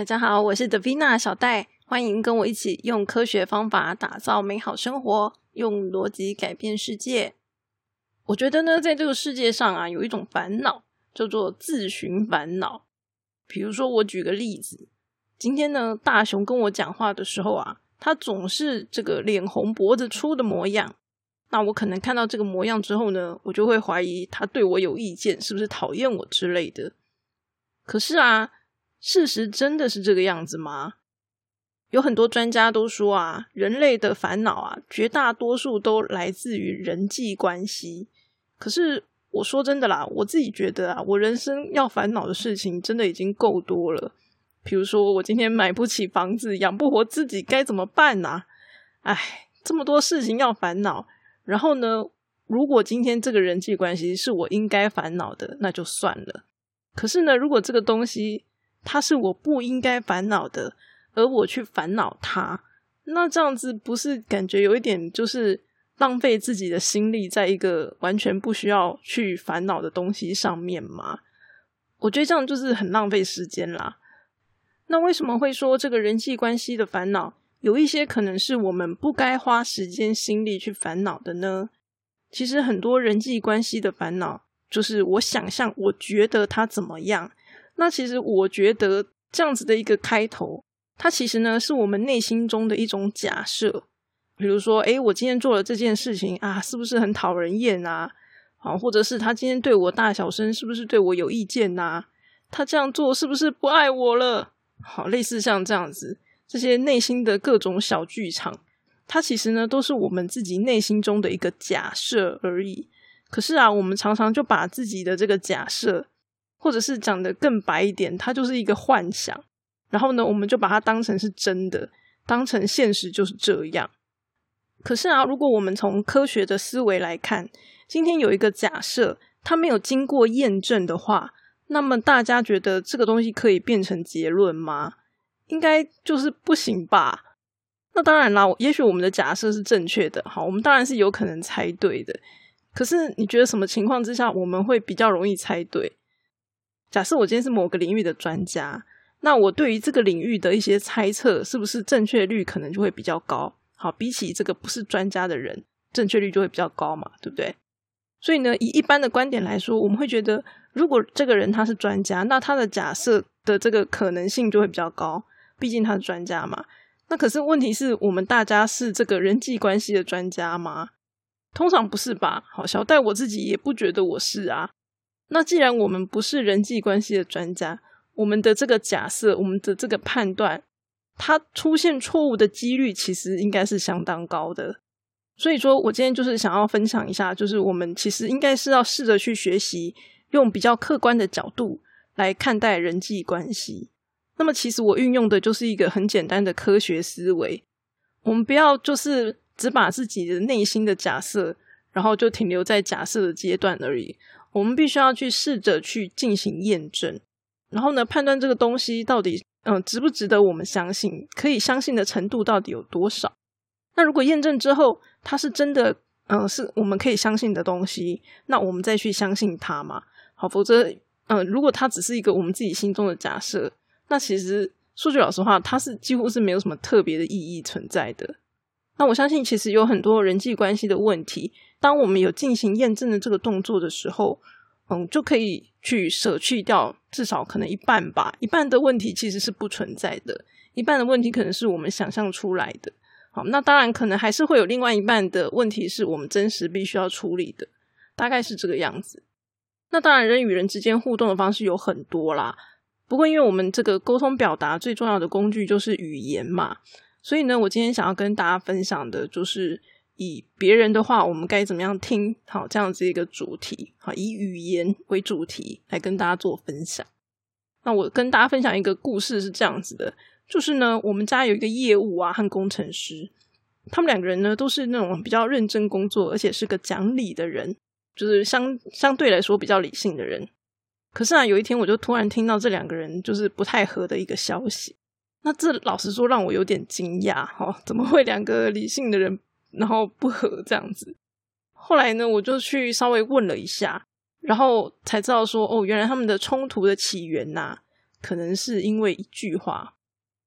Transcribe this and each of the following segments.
家好，我是 Davina 小戴，欢迎跟我一起用科学方法打造美好生活，用逻辑改变世界。我觉得呢，在这个世界上啊，有一种烦恼叫做自寻烦恼。比如说我举个例子，今天呢，大雄跟我讲话的时候啊，他总是这个脸红脖子粗的模样。那我可能看到这个模样之后呢，我就会怀疑他对我有意见，是不是讨厌我之类的。可是啊，事实真的是这个样子吗？有很多专家都说啊，人类的烦恼啊，绝大多数都来自于人际关系。可是我说真的啦，我自己觉得啊，我人生要烦恼的事情真的已经够多了。比如说我今天买不起房子，养不活自己该怎么办啊？哎，这么多事情要烦恼。然后呢，如果今天这个人际关系是我应该烦恼的，那就算了。可是呢，如果这个东西它是我不应该烦恼的，而我去烦恼它，那这样子不是感觉有一点就是浪费自己的心力在一个完全不需要去烦恼的东西上面吗？我觉得这样就是很浪费时间啦。那为什么会说这个人际关系的烦恼有一些可能是我们不该花时间心力去烦恼的呢？其实很多人际关系的烦恼就是我想象我觉得他怎么样，那其实我觉得这样子的一个开头，它其实呢是我们内心中的一种假设。比如说我今天做了这件事情啊，是不是很讨人厌啊？或者是他今天对我大小声，是不是对我有意见啊？他这样做是不是不爱我了？类似像这样子，这些内心的各种小剧场，它其实呢都是我们自己内心中的一个假设而已。可是啊，我们常常就把自己的这个假设，或者是讲得更白一点，它就是一个幻想，然后呢我们就把它当成是真的，当成现实就是这样。可是啊，如果我们从科学的思维来看，今天有一个假设它没有经过验证的话，那么大家觉得这个东西可以变成结论吗？应该就是不行吧。那当然啦，也许我们的假设是正确的，我们当然是有可能猜对的。可是你觉得什么情况之下我们会比较容易猜对？假设我今天是某个领域的专家，那我对于这个领域的一些猜测是不是正确率可能就会比较高。比起这个不是专家的人，正确率就会比较高嘛，对不对？所以呢，以一般的观点来说，我们会觉得如果这个人他是专家，那他的假设的这个可能性就会比较高，毕竟他是专家嘛。那可是问题是，我们大家是这个人际关系的专家吗？通常不是吧。小戴我自己也不觉得我是啊。那既然我们不是人际关系的专家，我们的这个假设，我们的这个判断，它出现错误的几率其实应该是相当高的。所以说我今天就是想要分享一下，就是我们其实应该是要试着去学习用比较客观的角度来看待人际关系。那么其实我运用的就是一个很简单的科学思维，我们不要就是只把自己的内心的假设然后就停留在假设的阶段而已，我们必须要去试着去进行验证，然后呢判断这个东西到底值不值得我们相信，可以相信的程度到底有多少。那如果验证之后它是真的是我们可以相信的东西，那我们再去相信它嘛。否则如果它只是一个我们自己心中的假设，那其实说句老实话，它是几乎是没有什么特别的意义存在的。那我相信其实有很多人际关系的问题，当我们有进行验证的这个动作的时候，就可以去舍去掉至少可能一半吧。一半的问题其实是不存在的，一半的问题可能是我们想象出来的。那当然可能还是会有另外一半的问题是我们真实必须要处理的，大概是这个样子。那当然人与人之间互动的方式有很多啦，不过因为我们这个沟通表达最重要的工具就是语言嘛，所以呢我今天想要跟大家分享的就是以别人的话我们该怎么样听，这样子一个主题，以语言为主题来跟大家做分享。那我跟大家分享一个故事是这样子的，就是呢我们家有一个业务啊和工程师，他们两个人呢都是那种比较认真工作而且是个讲理的人，就是相对来说比较理性的人。可是啊有一天我就突然听到这两个人就是不太合的一个消息，那这老实说让我有点惊讶，怎么会两个理性的人然后不合这样子。后来呢我就去稍微问了一下，然后才知道说原来他们的冲突的起源可能是因为一句话。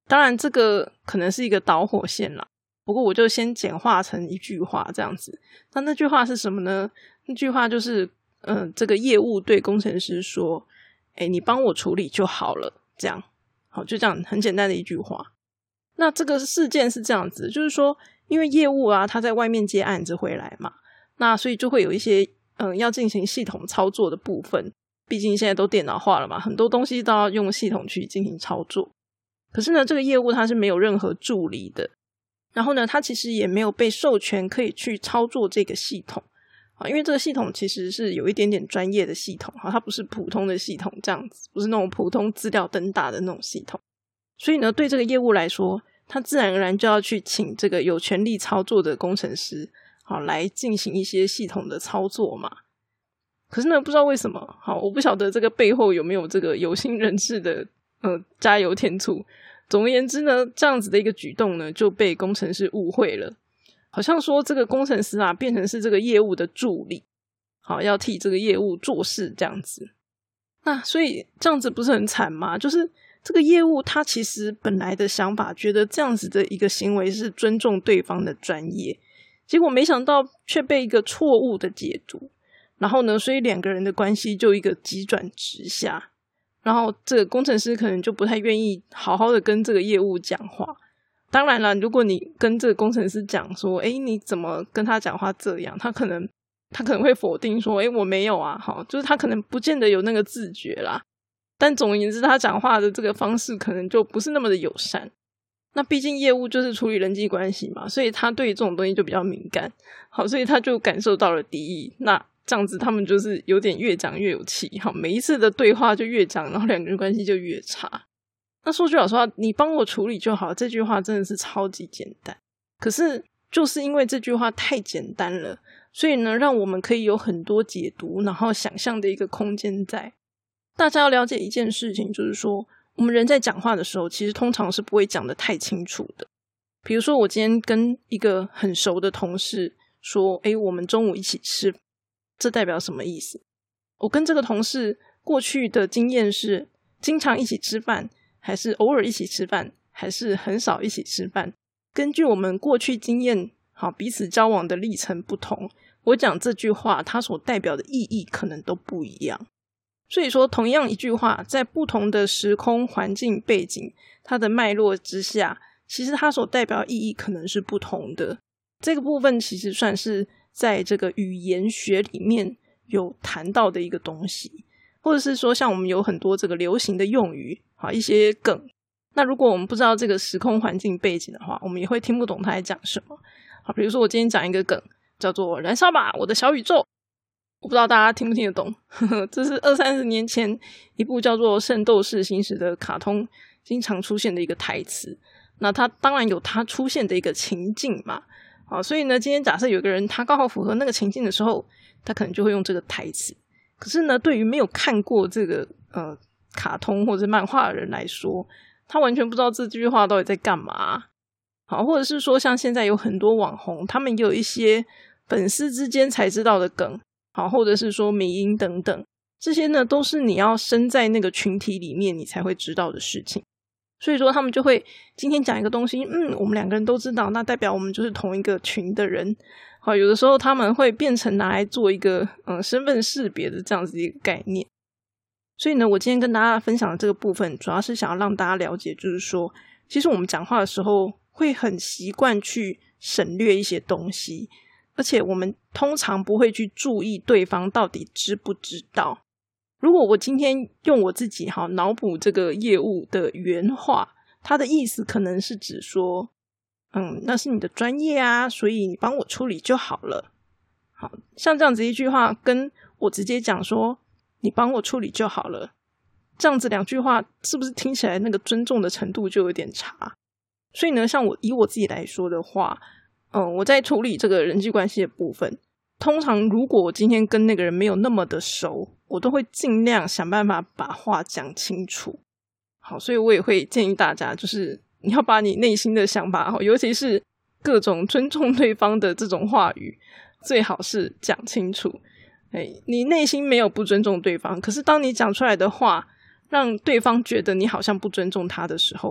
当然这个可能是一个导火线啦，不过我就先简化成一句话这样子。那句话是什么呢？那句话就是这个业务对工程师说你帮我处理就好了，这样。好，就这样很简单的一句话。那这个事件是这样子，就是说因为业务啊他在外面接案子回来嘛，那所以就会有一些要进行系统操作的部分，毕竟现在都电脑化了嘛，很多东西都要用系统去进行操作。可是呢这个业务它是没有任何助理的，然后呢它其实也没有被授权可以去操作这个系统，因为这个系统其实是有一点点专业的系统，它不是普通的系统这样子，不是那种普通资料登打的那种系统。所以呢对这个业务来说，他自然而然就要去请这个有权利操作的工程师来进行一些系统的操作嘛。可是呢不知道为什么我不晓得这个背后有没有这个有心人士的加油添醋。总而言之呢，这样子的一个举动呢就被工程师误会了，好像说这个工程师啊变成是这个业务的助理，要替这个业务做事这样子。那所以这样子不是很惨吗？就是这个业务他其实本来的想法觉得这样子的一个行为是尊重对方的专业，结果没想到却被一个错误的解读，然后呢所以两个人的关系就一个急转直下，然后这个工程师可能就不太愿意好好的跟这个业务讲话。当然啦，如果你跟这个工程师讲说你怎么跟他讲话这样，他可能会否定说我没有啊，就是他可能不见得有那个自觉啦。但总而言之他讲话的这个方式可能就不是那么的友善。那毕竟业务就是处理人际关系嘛，所以他对于这种东西就比较敏感，所以他就感受到了敌意。那这样子他们就是有点越讲越有气，每一次的对话就越讲，然后两个人关系就越差。那说句老实话，你帮我处理就好，这句话真的是超级简单，可是就是因为这句话太简单了，所以呢让我们可以有很多解读然后想象的一个空间在。大家要了解一件事情，就是说我们人在讲话的时候其实通常是不会讲得太清楚的。比如说我今天跟一个很熟的同事说我们中午一起吃，这代表什么意思？我跟这个同事过去的经验是经常一起吃饭，还是偶尔一起吃饭，还是很少一起吃饭？根据我们过去经验彼此交往的历程不同，我讲这句话它所代表的意义可能都不一样。所以说同样一句话在不同的时空环境背景它的脉络之下，其实它所代表的意义可能是不同的。这个部分其实算是在这个语言学里面有谈到的一个东西，或者是说像我们有很多这个流行的用语一些梗，那如果我们不知道这个时空环境背景的话，我们也会听不懂他在讲什么。比如说我今天讲一个梗叫做燃烧吧我的小宇宙，我不知道大家听不听得懂这是20-30年前一部叫做《圣斗士星矢》的卡通经常出现的一个台词，那它当然有它出现的一个情境嘛。所以呢今天假设有个人他刚好符合那个情境的时候，他可能就会用这个台词。可是呢对于没有看过这个卡通或者漫画的人来说，他完全不知道这句话到底在干嘛。或者是说像现在有很多网红，他们也有一些粉丝之间才知道的梗，或者是说迷因等等，这些呢都是你要身在那个群体里面你才会知道的事情。所以说他们就会今天讲一个东西我们两个人都知道，那代表我们就是同一个群的人。有的时候他们会变成拿来做一个身份识别的这样子一个概念。所以呢我今天跟大家分享的这个部分主要是想要让大家了解，就是说其实我们讲话的时候会很习惯去省略一些东西，而且我们通常不会去注意对方到底知不知道。如果我今天用我自己脑补这个业务的原话，它的意思可能是指说那是你的专业啊，所以你帮我处理就好了。像这样子一句话跟我直接讲说你帮我处理就好了，这样子两句话是不是听起来那个尊重的程度就有点差？所以呢像以我自己来说的话我在处理这个人际关系的部分，通常如果我今天跟那个人没有那么的熟，我都会尽量想办法把话讲清楚。所以我也会建议大家，就是你要把你内心的想法，尤其是各种尊重对方的这种话语，最好是讲清楚。你内心没有不尊重对方，可是当你讲出来的话让对方觉得你好像不尊重他的时候，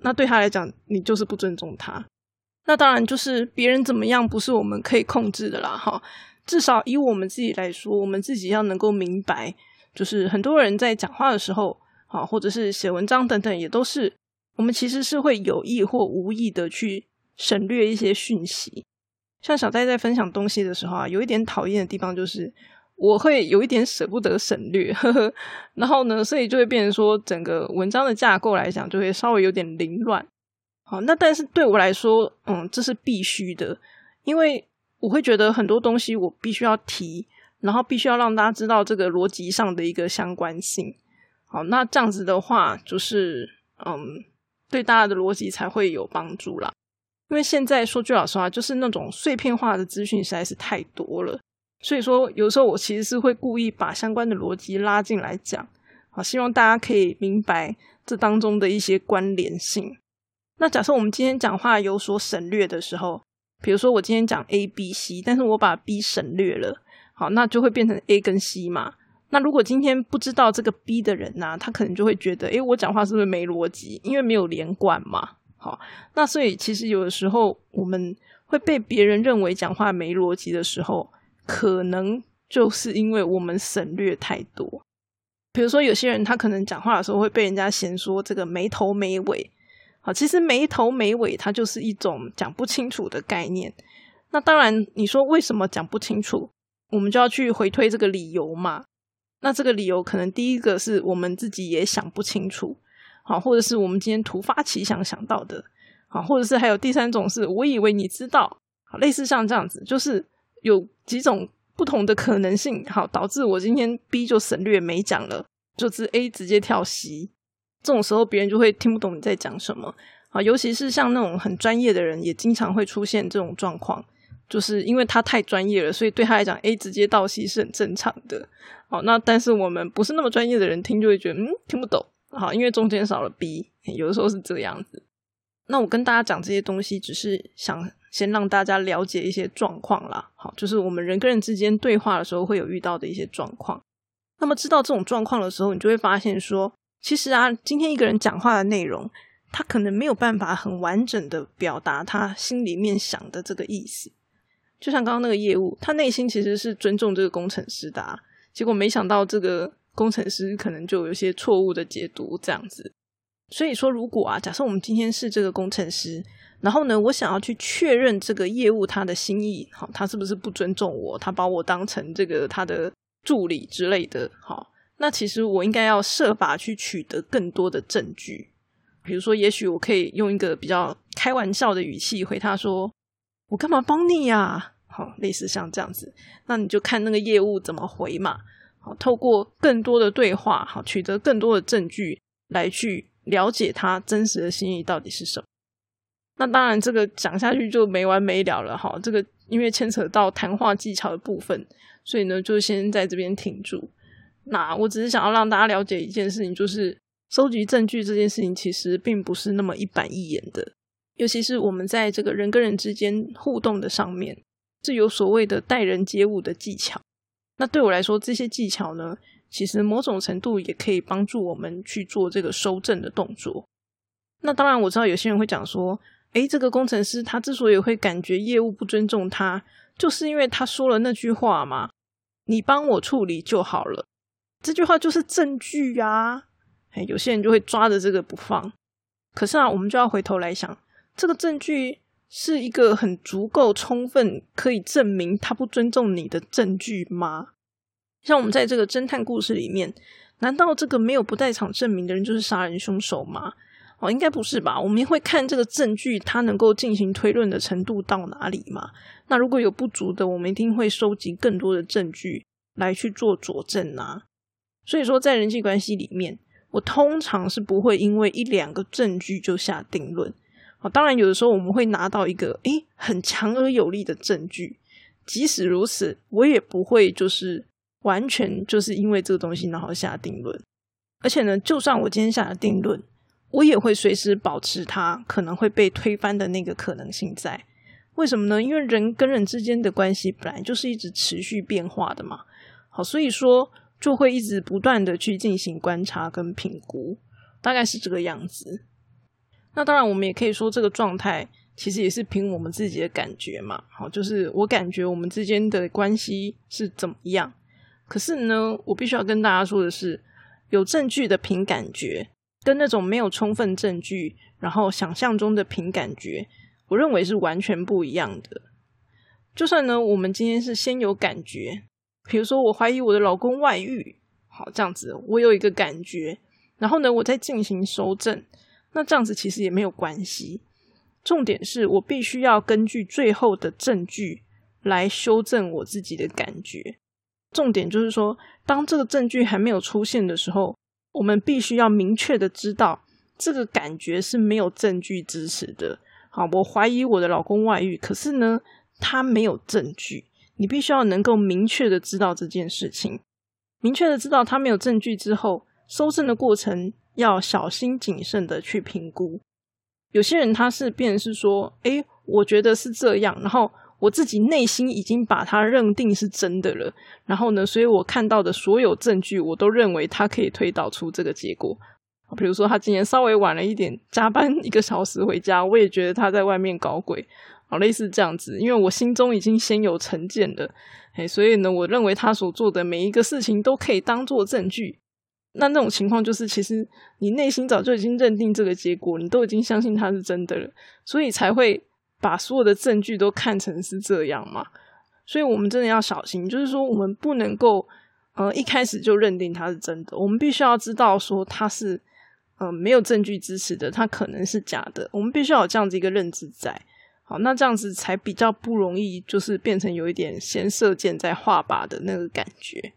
那对他来讲你就是不尊重他。那当然就是别人怎么样不是我们可以控制的啦齁，至少以我们自己来说，我们自己要能够明白，就是很多人在讲话的时候或者是写文章等等，也都是我们其实是会有意或无意的去省略一些讯息。像小戴在分享东西的时候有一点讨厌的地方就是我会有一点舍不得省略然后呢所以就会变成说整个文章的架构来讲就会稍微有点凌乱。好，那但是对我来说这是必须的，因为我会觉得很多东西我必须要提，然后必须要让大家知道这个逻辑上的一个相关性。好，那这样子的话就是对大家的逻辑才会有帮助啦。因为现在说句老实话，就是那种碎片化的资讯实在是太多了，所以说有时候我其实是会故意把相关的逻辑拉进来讲，好，希望大家可以明白这当中的一些关联性。那假设我们今天讲话有所省略的时候，比如说我今天讲 A、B、C， 但是我把 B 省略了，好，那就会变成 A 跟 C 嘛。那如果今天不知道这个 B 的人他可能就会觉得我讲话是不是没逻辑，因为没有连贯嘛。好，那所以其实有的时候我们会被别人认为讲话没逻辑的时候，可能就是因为我们省略太多。比如说有些人他可能讲话的时候会被人家嫌说这个没头没尾。好，其实没头没尾它就是一种讲不清楚的概念。那当然你说为什么讲不清楚，我们就要去回推这个理由嘛。那这个理由可能第一个是我们自己也想不清楚，好，或者是我们今天突发奇想想到的，好，或者是还有第三种是我以为你知道，好，类似像这样子，就是有几种不同的可能性，好，导致我今天 B 就省略没讲了，就是 A 直接跳 C。这种时候别人就会听不懂你在讲什么，尤其是像那种很专业的人也经常会出现这种状况，就是因为他太专业了，所以对他来讲 A 直接到 C 是很正常的。好，那但是我们不是那么专业的人听就会觉得听不懂，好，因为中间少了 B， 有的时候是这个样子。那我跟大家讲这些东西只是想先让大家了解一些状况啦，好，就是我们人跟人之间对话的时候会有遇到的一些状况。那么知道这种状况的时候，你就会发现说其实今天一个人讲话的内容，他可能没有办法很完整的表达他心里面想的这个意思。就像刚刚那个业务，他内心其实是尊重这个工程师的结果没想到这个工程师可能就有一些错误的解读这样子。所以说如果假设我们今天是这个工程师，然后呢我想要去确认这个业务他的心意，好，他是不是不尊重我，他把我当成这个他的助理之类的，好，那其实我应该要设法去取得更多的证据。比如说也许我可以用一个比较开玩笑的语气回他说我干嘛帮你呀，好，类似像这样子。那你就看那个业务怎么回嘛，好，透过更多的对话，好，取得更多的证据来去了解他真实的心意到底是什么。那当然这个讲下去就没完没了了，好，这个因为牵扯到谈话技巧的部分，所以呢就先在这边停住。那我只是想要让大家了解一件事情，就是收集证据这件事情其实并不是那么一板一眼的，尤其是我们在这个人跟人之间互动的上面，是有所谓的待人接物的技巧。那对我来说这些技巧呢，其实某种程度也可以帮助我们去做这个收证的动作。那当然我知道有些人会讲说这个工程师他之所以会感觉业务不尊重他，就是因为他说了那句话嘛，你帮我处理就好了，这句话就是证据啊。有些人就会抓着这个不放。可是我们就要回头来想，这个证据是一个很足够充分可以证明他不尊重你的证据吗？像我们在这个侦探故事里面，难道这个没有不在场证明的人就是杀人凶手吗？应该不是吧。我们会看这个证据它能够进行推论的程度到哪里嘛。那如果有不足的，我们一定会收集更多的证据来去做佐证啊。所以说在人际关系里面，我通常是不会因为一两个证据就下定论。当然有的时候我们会拿到一个很强而有力的证据，即使如此我也不会就是完全就是因为这个东西然后下定论。而且呢，就算我今天下了定论，我也会随时保持它可能会被推翻的那个可能性在。为什么呢？因为人跟人之间的关系本来就是一直持续变化的嘛。好，所以说就会一直不断的去进行观察跟评估，大概是这个样子。 那当然我们也可以说这个状态其实也是凭我们自己的感觉嘛，好，就是我感觉我们之间的关系是怎么样。可是呢，我必须要跟大家说的是，有证据的凭感觉跟那种没有充分证据然后想象中的凭感觉，我认为是完全不一样的。就算呢我们今天是先有感觉，比如说我怀疑我的老公外遇，好，这样子我有一个感觉，然后呢我再进行搜证，那这样子其实也没有关系。重点是我必须要根据最后的证据来修正我自己的感觉。重点就是说，当这个证据还没有出现的时候，我们必须要明确的知道这个感觉是没有证据支持的。好，我怀疑我的老公外遇，可是呢他没有证据，你必须要能够明确的知道这件事情，明确的知道他没有证据之后，搜证的过程要小心谨慎的去评估。有些人他是变成是说我觉得是这样，然后我自己内心已经把它认定是真的了，然后呢所以我看到的所有证据我都认为他可以推导出这个结果。比如说他今天稍微晚了一点，加班1个小时回家，我也觉得他在外面搞鬼，好，类似这样子，因为我心中已经先有成见了，所以呢我认为他所做的每一个事情都可以当作证据。那种情况就是其实你内心早就已经认定这个结果，你都已经相信它是真的了，所以才会把所有的证据都看成是这样嘛。所以我们真的要小心，就是说我们不能够一开始就认定它是真的，我们必须要知道说它是没有证据支持的，它可能是假的，我们必须要有这样子一个认知在。好，那这样子才比较不容易就是变成有一点先射箭再画靶的那个感觉。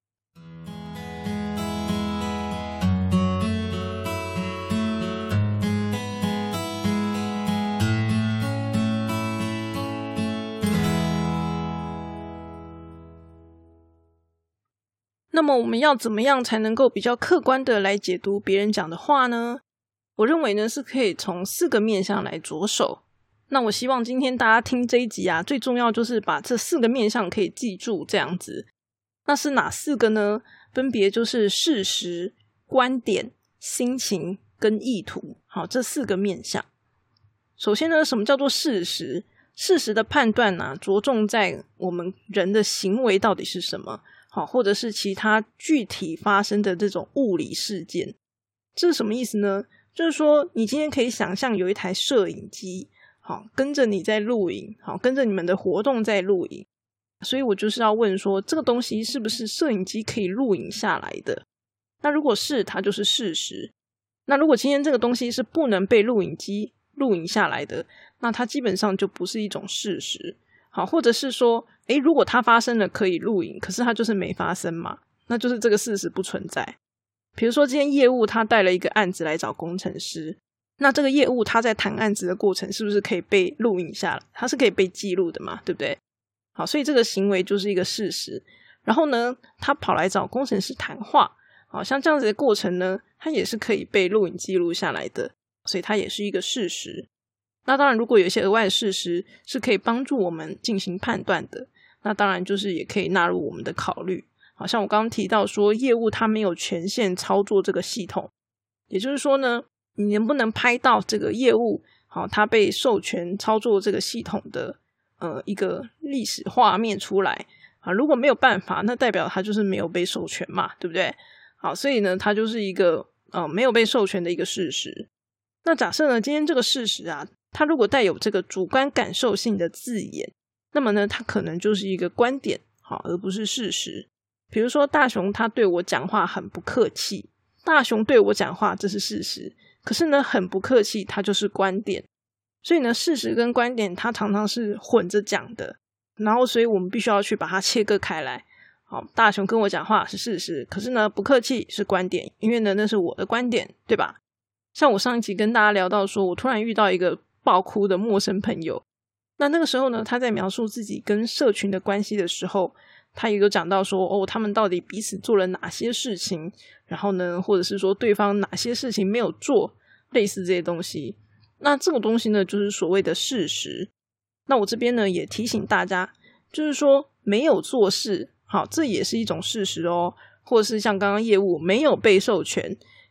那么我们要怎么样才能够比较客观的来解读别人讲的话呢？我认为呢是可以从4个面向来着手。那我希望今天大家听这一集啊，最重要就是把这4个面向可以记住这样子。那是哪4个呢？分别就是事实、观点、心情跟意图。好，这4个面向。首先呢，什么叫做事实？事实的判断啊，着重在我们人的行为到底是什么，好，或者是其他具体发生的这种物理事件。这是什么意思呢？就是说你今天可以想象有一台摄影机，好，跟着你在录影，好，跟着你们的活动在录影。所以我就是要问说，这个东西是不是摄影机可以录影下来的？那如果是，它就是事实。那如果今天这个东西是不能被录影机录影下来的，那它基本上就不是一种事实。好，或者是说如果它发生了可以录影，可是它就是没发生嘛，那就是这个事实不存在。比如说今天业务他带了一个案子来找工程师，那这个业务他在谈案子的过程是不是可以被录影下来？它是可以被记录的嘛，对不对？好，所以这个行为就是一个事实。然后呢，他跑来找工程师谈话，好，像这样子的过程呢，它也是可以被录影记录下来的，所以它也是一个事实。那当然如果有一些额外的事实是可以帮助我们进行判断的，那当然就是也可以纳入我们的考虑。好像我刚刚提到说业务它没有权限操作这个系统，也就是说呢，你能不能拍到这个业务好，它被授权操作这个系统的一个历史画面出来啊？如果没有办法，那代表它就是没有被授权嘛，对不对？好，所以呢它就是一个没有被授权的一个事实。那假设呢今天这个事实啊，它如果带有这个主观感受性的字眼，那么呢它可能就是一个观点，好，而不是事实。比如说大雄他对我讲话很不客气，大雄对我讲话这是事实，可是呢很不客气它就是观点。所以呢事实跟观点它常常是混着讲的，然后所以我们必须要去把它切割开来。好，大雄跟我讲话是事实，可是呢不客气是观点，因为呢那是我的观点，对吧？像我上一集跟大家聊到说，我突然遇到一个爆哭的陌生朋友，那个时候呢他在描述自己跟社群的关系的时候，他也有讲到说他们到底彼此做了哪些事情，然后呢或者是说对方哪些事情没有做，类似这些东西。那这种东西呢就是所谓的事实。那我这边呢也提醒大家，就是说没有做事，好，这也是一种事实哦。或者是像刚刚业务没有被授权，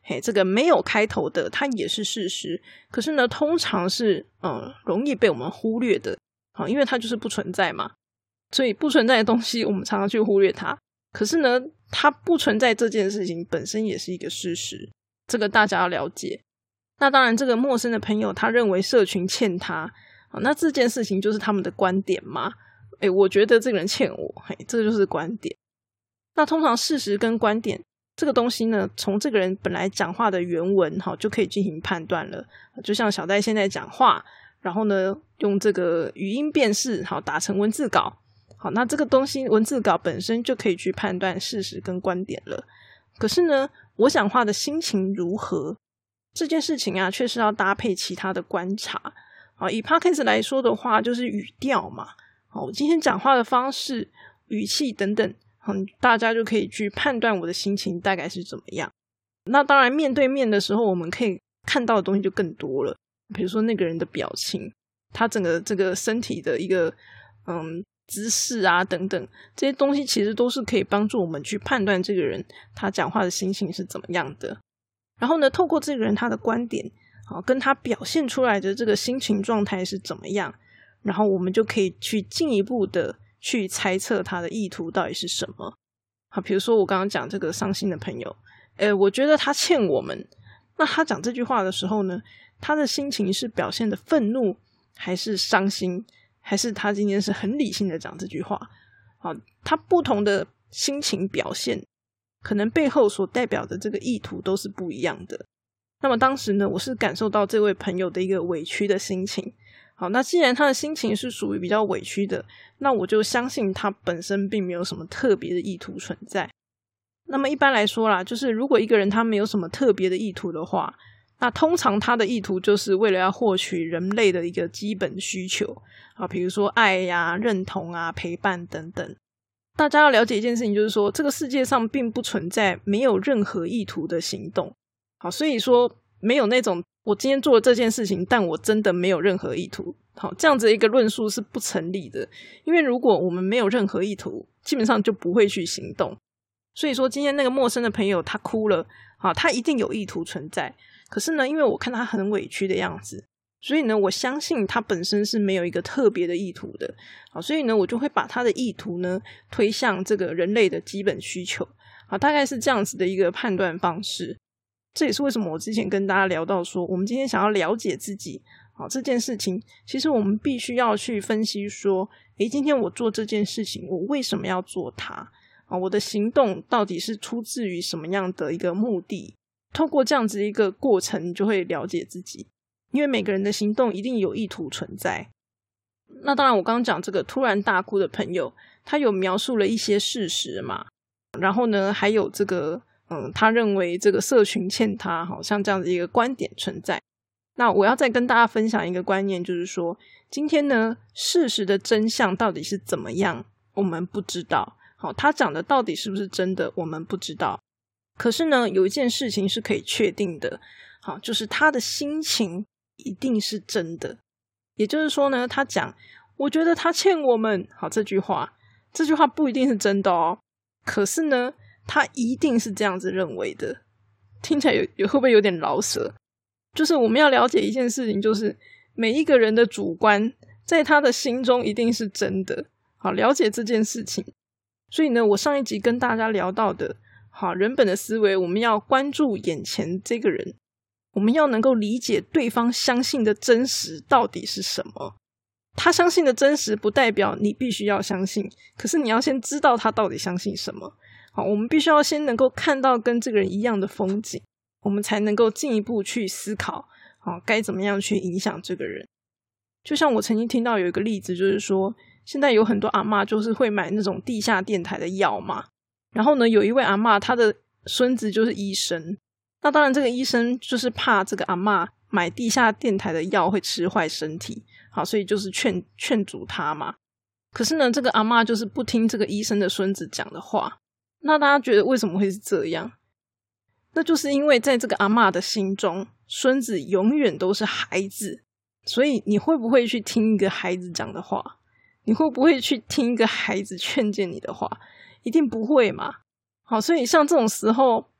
这个没有开头的它也是事实，可是呢通常是容易被我们忽略的，因为它就是不存在嘛，所以不存在的东西我们常常去忽略它，可是呢它不存在这件事情本身也是一个事实，这个大家要了解。那当然这个陌生的朋友他认为社群欠他，那这件事情就是他们的观点嘛，我觉得这个人欠我，这个就是观点。那通常事实跟观点这个东西呢，从这个人本来讲话的原文就可以进行判断了。就像小戴现在讲话，然后呢用这个语音辨识打成文字稿，那这个东西文字稿本身就可以去判断事实跟观点了。可是呢我讲话的心情如何这件事情啊，确实要搭配其他的观察。以 Podcast 来说的话，就是语调嘛，我今天讲话的方式、语气等等，大家就可以去判断我的心情大概是怎么样。那当然面对面的时候我们可以看到的东西就更多了，比如说那个人的表情，他整个这个身体的一个姿势啊等等，这些东西其实都是可以帮助我们去判断这个人他讲话的心情是怎么样的。然后呢透过这个人他的观点跟他表现出来的这个心情状态是怎么样，然后我们就可以去进一步的去猜测他的意图到底是什么。比如说我刚刚讲这个伤心的朋友，我觉得他欠我们，那他讲这句话的时候呢，他的心情是表现的愤怒还是伤心，还是他今天是很理性的讲这句话，他不同的心情表现可能背后所代表的这个意图都是不一样的。那么当时呢我是感受到这位朋友的一个委屈的心情，好，那既然他的心情是属于比较委屈的，那我就相信他本身并没有什么特别的意图存在。那么一般来说啦，就是如果一个人他没有什么特别的意图的话，那通常他的意图就是为了要获取人类的一个基本需求，比如说爱呀、认同啊、陪伴等等。大家要了解一件事情，就是说这个世界上并不存在没有任何意图的行动。好，所以说没有那种我今天做了这件事情但我真的没有任何意图，好，这样子一个论述是不成立的。因为如果我们没有任何意图，基本上就不会去行动。所以说今天那个陌生的朋友他哭了，他一定有意图存在，可是呢因为我看他很委屈的样子，所以呢我相信他本身是没有一个特别的意图的。好，所以呢我就会把他的意图呢推向这个人类的基本需求，大概是这样子的一个判断方式。这也是为什么我之前跟大家聊到说，我们今天想要了解自己这件事情，其实我们必须要去分析说，今天我做这件事情我为什么要做它，我的行动到底是出自于什么样的一个目的。透过这样子一个过程你就会了解自己，因为每个人的行动一定有意图存在。那当然我刚刚讲这个突然大哭的朋友，他有描述了一些事实嘛，然后呢还有这个他认为这个社群欠他，好像这样的一个观点存在。那我要再跟大家分享一个观念，就是说今天呢事实的真相到底是怎么样我们不知道，好，他讲的到底是不是真的我们不知道。可是呢有一件事情是可以确定的，好，就是他的心情一定是真的。也就是说呢他讲我觉得他欠我们，好，这句话不一定是真的哦，可是呢他一定是这样子认为的。听起来会不会有点老舍？就是我们要了解一件事情，就是每一个人的主观在他的心中一定是真的。好，了解这件事情。所以呢我上一集跟大家聊到的，好，人本的思维，我们要关注眼前这个人，我们要能够理解对方相信的真实到底是什么。他相信的真实不代表你必须要相信，可是你要先知道他到底相信什么。好，我们必须要先能够看到跟这个人一样的风景，我们才能够进一步去思考该怎么样去影响这个人。就像我曾经听到有一个例子，就是说现在有很多阿嬷就是会买那种地下电台的药嘛，然后呢有一位阿嬷她的孙子就是医生，那当然这个医生就是怕这个阿嬷买地下电台的药会吃坏身体，好，所以就是劝阻他嘛。可是呢这个阿嬷就是不听这个医生的孙子讲的话。那大家觉得为什么会是这样？那就是因为在这个阿嬷的心中，孙子永远都是孩子。所以你会不会去听一个孩子讲的话？你会不会去听一个孩子劝诫你的话？一定不会嘛。好，所以像这种时候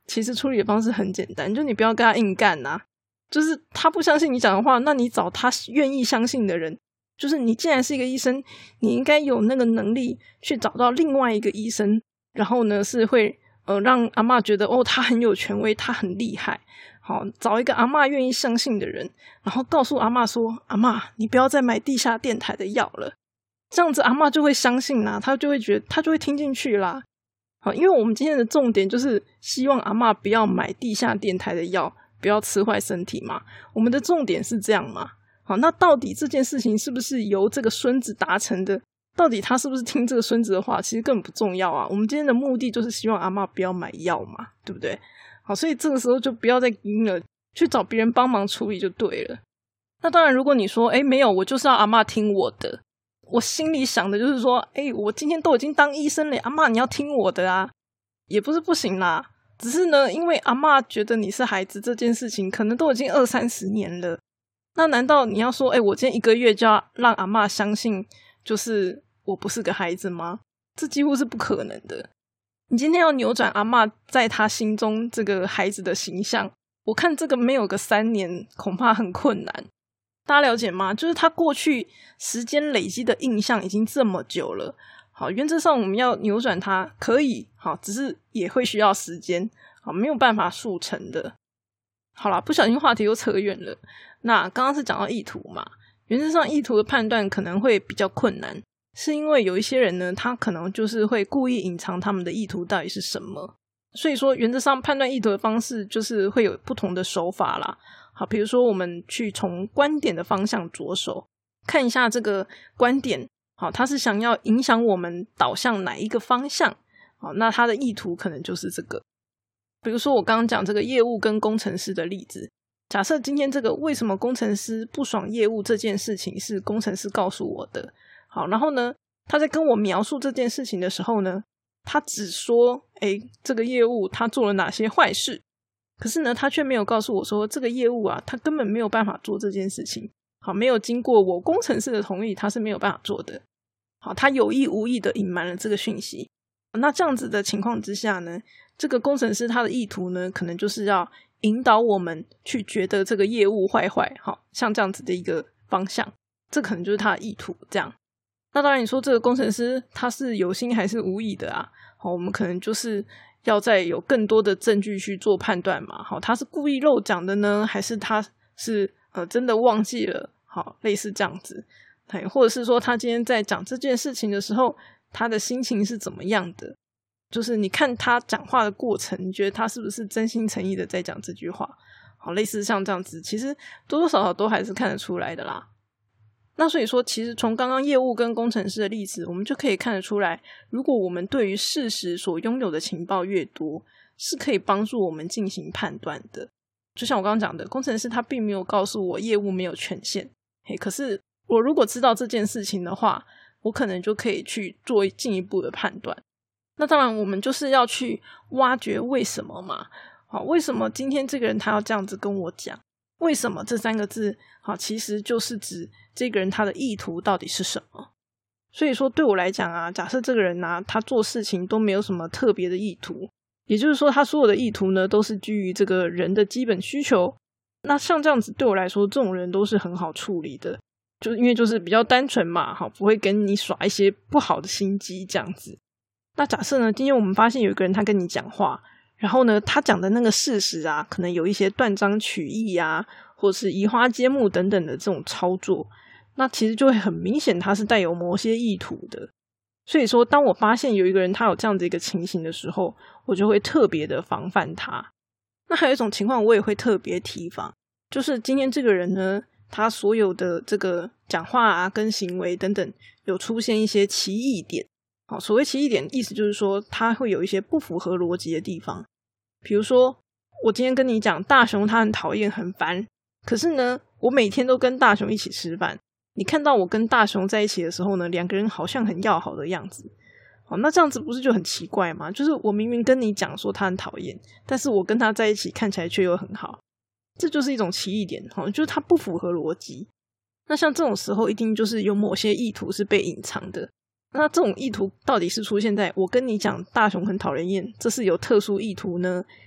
其实处理的方式很简单，就你不要跟他硬干啊，就是他不相信你讲的话，那你找他愿意相信的人，就是你既然是一个医生，你应该有那个能力去找到另外一个医生，然后呢是会让阿嬷觉得他很有权威，他很厉害，好，找一个阿嬷愿意相信的人，然后告诉阿嬷说，阿嬷你不要再买地下电台的药了，这样子阿嬷就会相信啦，他就会觉得他就会听进去啦。好，因为我们今天的重点就是希望阿嬷不要买地下电台的药，不要吃坏身体嘛，我们的重点是这样嘛。好，那到底这件事情是不是由这个孙子达成的，到底他是不是听这个孙子的话，其实根本不重要啊，我们今天的目的就是希望阿嬷不要买药嘛，对不对？好，所以这个时候就不要再晕了，去找别人帮忙处理就对了。那当然如果你说没有，我就是要阿嬷听我的，我心里想的就是说我今天都已经当医生了，阿嬷你要听我的啊，也不是不行啦，只是呢因为阿嬷觉得你是孩子这件事情可能都已经20-30年了，那难道你要说我今天1个月就要让阿嬷相信就是我不是个孩子吗？这几乎是不可能的。你今天要扭转阿嬷在她心中这个孩子的形象，我看这个没有个3年恐怕很困难。大家了解吗？就是他过去时间累积的印象已经这么久了，好，原则上我们要扭转它可以，好，只是也会需要时间，好，没有办法速成的。好啦，不小心话题又扯远了。那刚刚是讲到意图嘛，原则上意图的判断可能会比较困难，是因为有一些人呢，他可能就是会故意隐藏他们的意图到底是什么，所以说原则上判断意图的方式就是会有不同的手法啦。好，比如说我们去从观点的方向着手，看一下这个观点，好，他是想要影响我们导向哪一个方向，好，那他的意图可能就是这个。比如说我刚刚讲这个业务跟工程师的例子，假设今天这个为什么工程师不爽业务这件事情是工程师告诉我的，好，然后呢他在跟我描述这件事情的时候呢，他只说这个业务他做了哪些坏事，可是呢他却没有告诉我说这个业务啊他根本没有办法做这件事情，好，没有经过我工程师的同意他是没有办法做的，好，他有意无意的隐瞒了这个讯息。那这样子的情况之下呢，这个工程师他的意图呢可能就是要引导我们去觉得这个业务坏坏，好，像这样子的一个方向，这可能就是他的意图这样。那当然你说这个工程师他是有心还是无意的啊，好，我们可能就是要再有更多的证据去做判断嘛，好，他是故意漏讲的呢，还是他是真的忘记了，好，类似这样子，或者是说他今天在讲这件事情的时候他的心情是怎么样的，就是你看他讲话的过程，你觉得他是不是真心诚意的在讲这句话，好，类似像这样子，其实多多少少都还是看得出来的啦。那所以说其实从刚刚业务跟工程师的例子我们就可以看得出来，如果我们对于事实所拥有的情报越多，是可以帮助我们进行判断的。就像我刚刚讲的，工程师他并没有告诉我业务没有权限，可是我如果知道这件事情的话，我可能就可以去做进一步的判断。那当然我们就是要去挖掘为什么嘛，好，为什么今天这个人他要这样子跟我讲，为什么这3个字，好，其实就是指这个人他的意图到底是什么。所以说对我来讲啊，假设这个人啊他做事情都没有什么特别的意图，也就是说他所有的意图呢都是基于这个人的基本需求，那像这样子对我来说这种人都是很好处理的，就是因为就是比较单纯嘛，好，不会跟你耍一些不好的心机这样子。那假设呢今天我们发现有一个人他跟你讲话，然后呢他讲的那个事实啊可能有一些断章取义啊，或是移花接木等等的这种操作，那其实就会很明显他是带有某些意图的。所以说当我发现有一个人他有这样子一个情形的时候，我就会特别的防范他。那还有一种情况我也会特别提防，就是今天这个人呢他所有的这个讲话啊跟行为等等有出现一些奇异点。好，所谓奇异点意思就是说他会有一些不符合逻辑的地方。比如说我今天跟你讲大雄他很讨厌很烦，可是呢我每天都跟大雄一起吃饭，你看到我跟大雄在一起的时候呢2个人好像很要好的样子，好，那这样子不是就很奇怪吗？就是我明明跟你讲说他很讨厌，但是我跟他在一起看起来却又很好，这就是一种奇异点，就是它不符合逻辑。那像这种时候一定就是有某些意图是被隐藏的。那这种意图到底是出现在我跟你讲大雄很讨人厌，这是有特殊意图呢，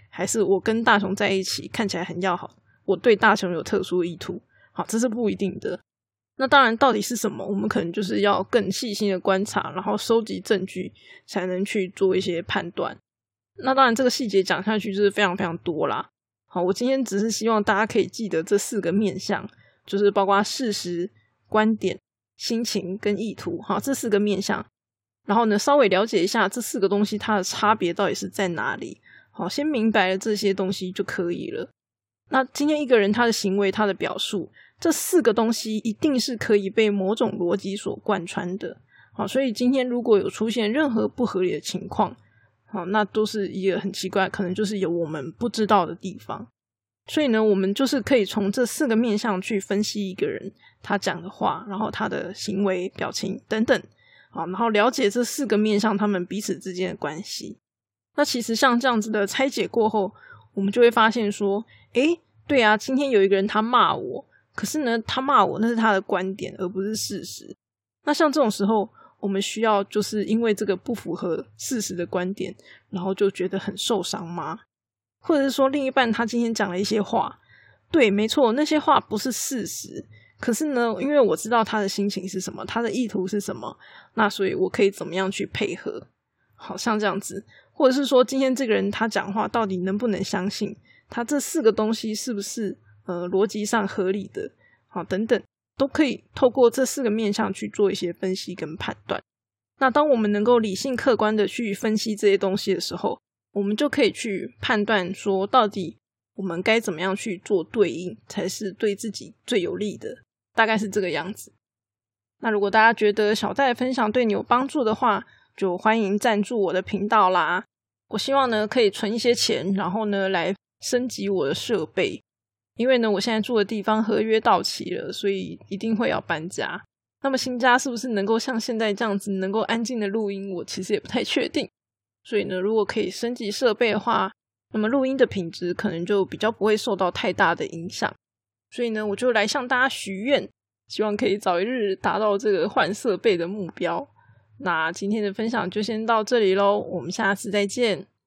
还是我跟大雄在一起看起来很要好，我对大雄有特殊意图。好，这是不一定的。那当然到底是什么，我们可能就是要更细心的观察，然后收集证据，才能去做一些判断。那当然这个细节讲下去就是非常非常多啦。好，我今天只是希望大家可以记得这4个面向，就是包括事实、观点、心情跟意图。好，这4个面向，然后呢稍微了解一下这4个东西它的差别到底是在哪里。好，先明白了这些东西就可以了。那今天一个人他的行为，他的表述，这4个东西一定是可以被某种逻辑所贯穿的。好，所以今天如果有出现任何不合理的情况，好，那都是一个很奇怪，可能就是有我们不知道的地方。所以呢，我们就是可以从这4个面向去分析一个人他讲的话，然后他的行为、表情等等，好，然后了解这4个面向他们彼此之间的关系。那其实像这样子的拆解过后，我们就会发现说，对啊，今天有一个人他骂我，可是呢他骂我那是他的观点而不是事实。那像这种时候，我们需要就是因为这个不符合事实的观点，然后就觉得很受伤吗？或者是说另一半他今天讲了一些话，对，没错，那些话不是事实，可是呢因为我知道他的心情是什么，他的意图是什么，那所以我可以怎么样去配合。好，像这样子。或者是说今天这个人他讲话到底能不能相信，他这4个东西是不是逻辑上合理的，好，等等，都可以透过这4个面向去做一些分析跟判断。那当我们能够理性客观的去分析这些东西的时候，我们就可以去判断说到底我们该怎么样去做对应才是对自己最有利的，大概是这个样子。那如果大家觉得小戴的分享对你有帮助的话，就欢迎赞助我的频道啦。我希望呢可以存一些钱，然后呢来升级我的设备。因为呢我现在住的地方合约到期了，所以一定会要搬家。那么新家是不是能够像现在这样子能够安静的录音，我其实也不太确定。所以呢如果可以升级设备的话，那么录音的品质可能就比较不会受到太大的影响。所以呢我就来向大家许愿，希望可以早一日达到这个换设备的目标。那今天的分享就先到这里咯，我们下次再见。